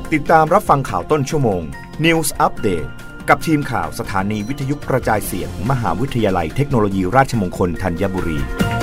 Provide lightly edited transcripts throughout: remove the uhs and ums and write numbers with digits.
ติดตามรับฟังข่าวต้นชั่วโมง News Update กับทีมข่าวสถานีวิทยุกระจายเสียง มหาวิทยาลัยเทคโนโลยีราชมงคลธัญบุรี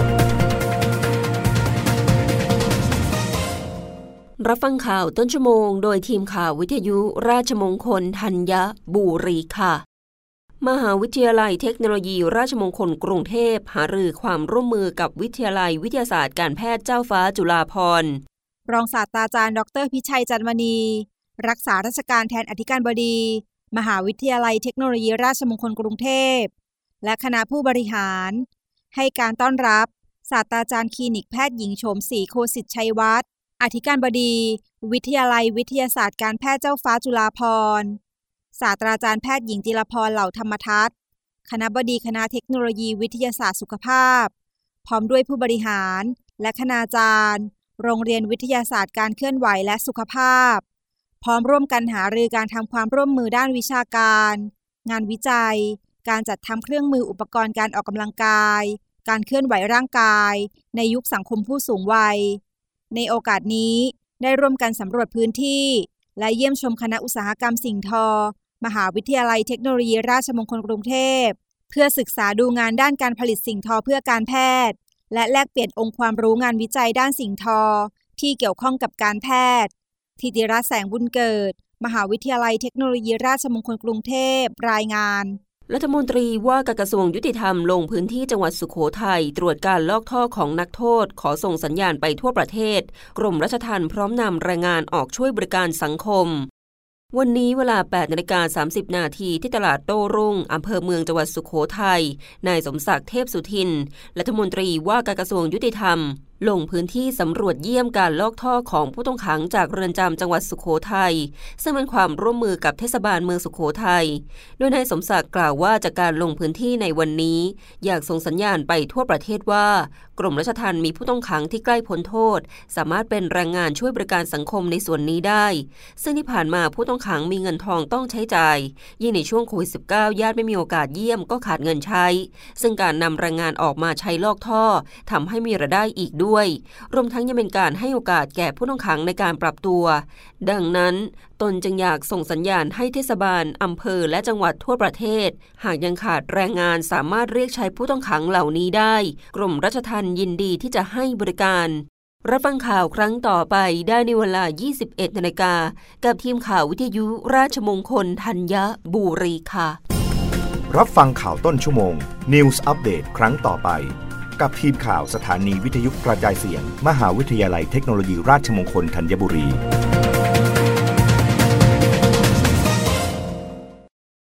รับฟังข่าวต้นชั่วโมงโดยทีมข่าววิทยุราชมงคลธัญบุรีค่ะมหาวิทยาลัยเทคโนโลยีราชมงคลกรุงเทพหารือความร่วมมือกับวิทยาลัยวิทยาศาสตร์การแพทย์เจ้าฟ้าจุฬาภรณ์รองศาสตราจารย์ดร.พิชัยจันทมณีรักษาราชการแทนอธิการบดีมหาวิทยาลัยเทคโนโลยีราชมงคลกรุงเทพและคณะผู้บริหารให้การต้อนรับศาสตราจารย์คลินิกแพทย์หญิงโฉมศรีโคสิทธิ์ชัยวัฒน์อธิการบดีวิทยาลัยวิทยาศาสตร์การแพทย์เจ้าฟ้าจุฬาภรณ์ศาสตราจารย์แพทย์หญิงจิรพรเหล่าธรรมทัศน์คณบดีคณะเทคโนโลยีวิทยาศาสตร์สุขภาพพร้อมด้วยผู้บริหารและคณาจารย์โรงเรียนวิทยาศาสตร์การเคลื่อนไหวและสุขภาพพร้อมร่วมกันหารือการทำความร่วมมือด้านวิชาการงานวิจัยการจัดทำเครื่องมืออุปกรณ์การออกกำลังกายการเคลื่อนไหวร่างกายในยุคสังคมผู้สูงวัยในโอกาสนี้ได้ร่วมกันสำรวจพื้นที่และเยี่ยมชมคณะอุตสาหกรรมสิ่งทอมหาวิทยาลัยเทคโนโลยีราชมงคลกรุงเทพเพื่อศึกษาดูงานด้านการผลิตสิ่งทอเพื่อการแพทย์และแลกเปลี่ยนองค์ความรู้งานวิจัยด้านสิ่งทอที่เกี่ยวข้องกับการแพทย์ธิติรัตน์แสงบุญเกิดมหาวิทยาลัยเทคโนโลยีราชมงคลกรุงเทพรายงานรัฐมนตรีว่าการกระทรวงยุติธรรมลงพื้นที่จังหวัดสุโขทัยตรวจการลอกท่อของนักโทษขอส่งสัญญาณไปทั่วประเทศกรมราชทัณฑ์พร้อมนำแรงงานออกช่วยบริการสังคมวันนี้เวลา 8:30 น.ที่ตลาดโต้รุ่งอำเภอเมืองจังหวัดสุโขทัยนายสมศักดิ์เทพสุทินรัฐมนตรีว่าการกระทรวงยุติธรรมลงพื้นที่สำรวจเยี่ยมการลอกท่อของผู้ต้องขังจากเรือนจำจังหวัดสุโขทัยซึ่งเป็นความร่วมมือกับเทศบาลเมืองสุโขทัยโดยนายสมศักดิ์กล่าวว่าจากการลงพื้นที่ในวันนี้อยากส่งสัญญาณไปทั่วประเทศว่ากรมราชทัณฑ์มีผู้ต้องขังที่ใกล้พ้นโทษสามารถเป็นแรงงานช่วยบริการสังคมในส่วนนี้ได้ซึ่งที่ผ่านมาผู้ต้องขังมีเงินทองต้องใช้จ่ายยิ่งในช่วงโควิด -19 ญาติไม่มีโอกาสเยี่ยมก็ขาดเงินใช้ซึ่งการนำแรงงานออกมาใช้ลอกท่อทำให้มีรายได้อีกด้วยรวมทั้งยังเป็นการให้โอกาสแก่ผู้ต้องขังในการปรับตัวดังนั้นตนจึงอยากส่งสัญญาณให้เทศบาลอำเภอและจังหวัดทั่วประเทศหากยังขาดแรงงานสามารถเรียกใช้ผู้ต้องขังเหล่านี้ได้กรมราชทัณฑ์ยินดีที่จะให้บริการรับฟังข่าวครั้งต่อไปได้ในเวลา 21:00 น.กับทีมข่าววิทยุราชมงคลธัญบุรีค่ะรับฟังข่าวต้นชั่วโมง News Update ครั้งต่อไปกับทีมข่าวสถานีวิทยุกระจายเสียง มหาวิทยาลัยเทคโนโลยีราชมงคลธัญบุรี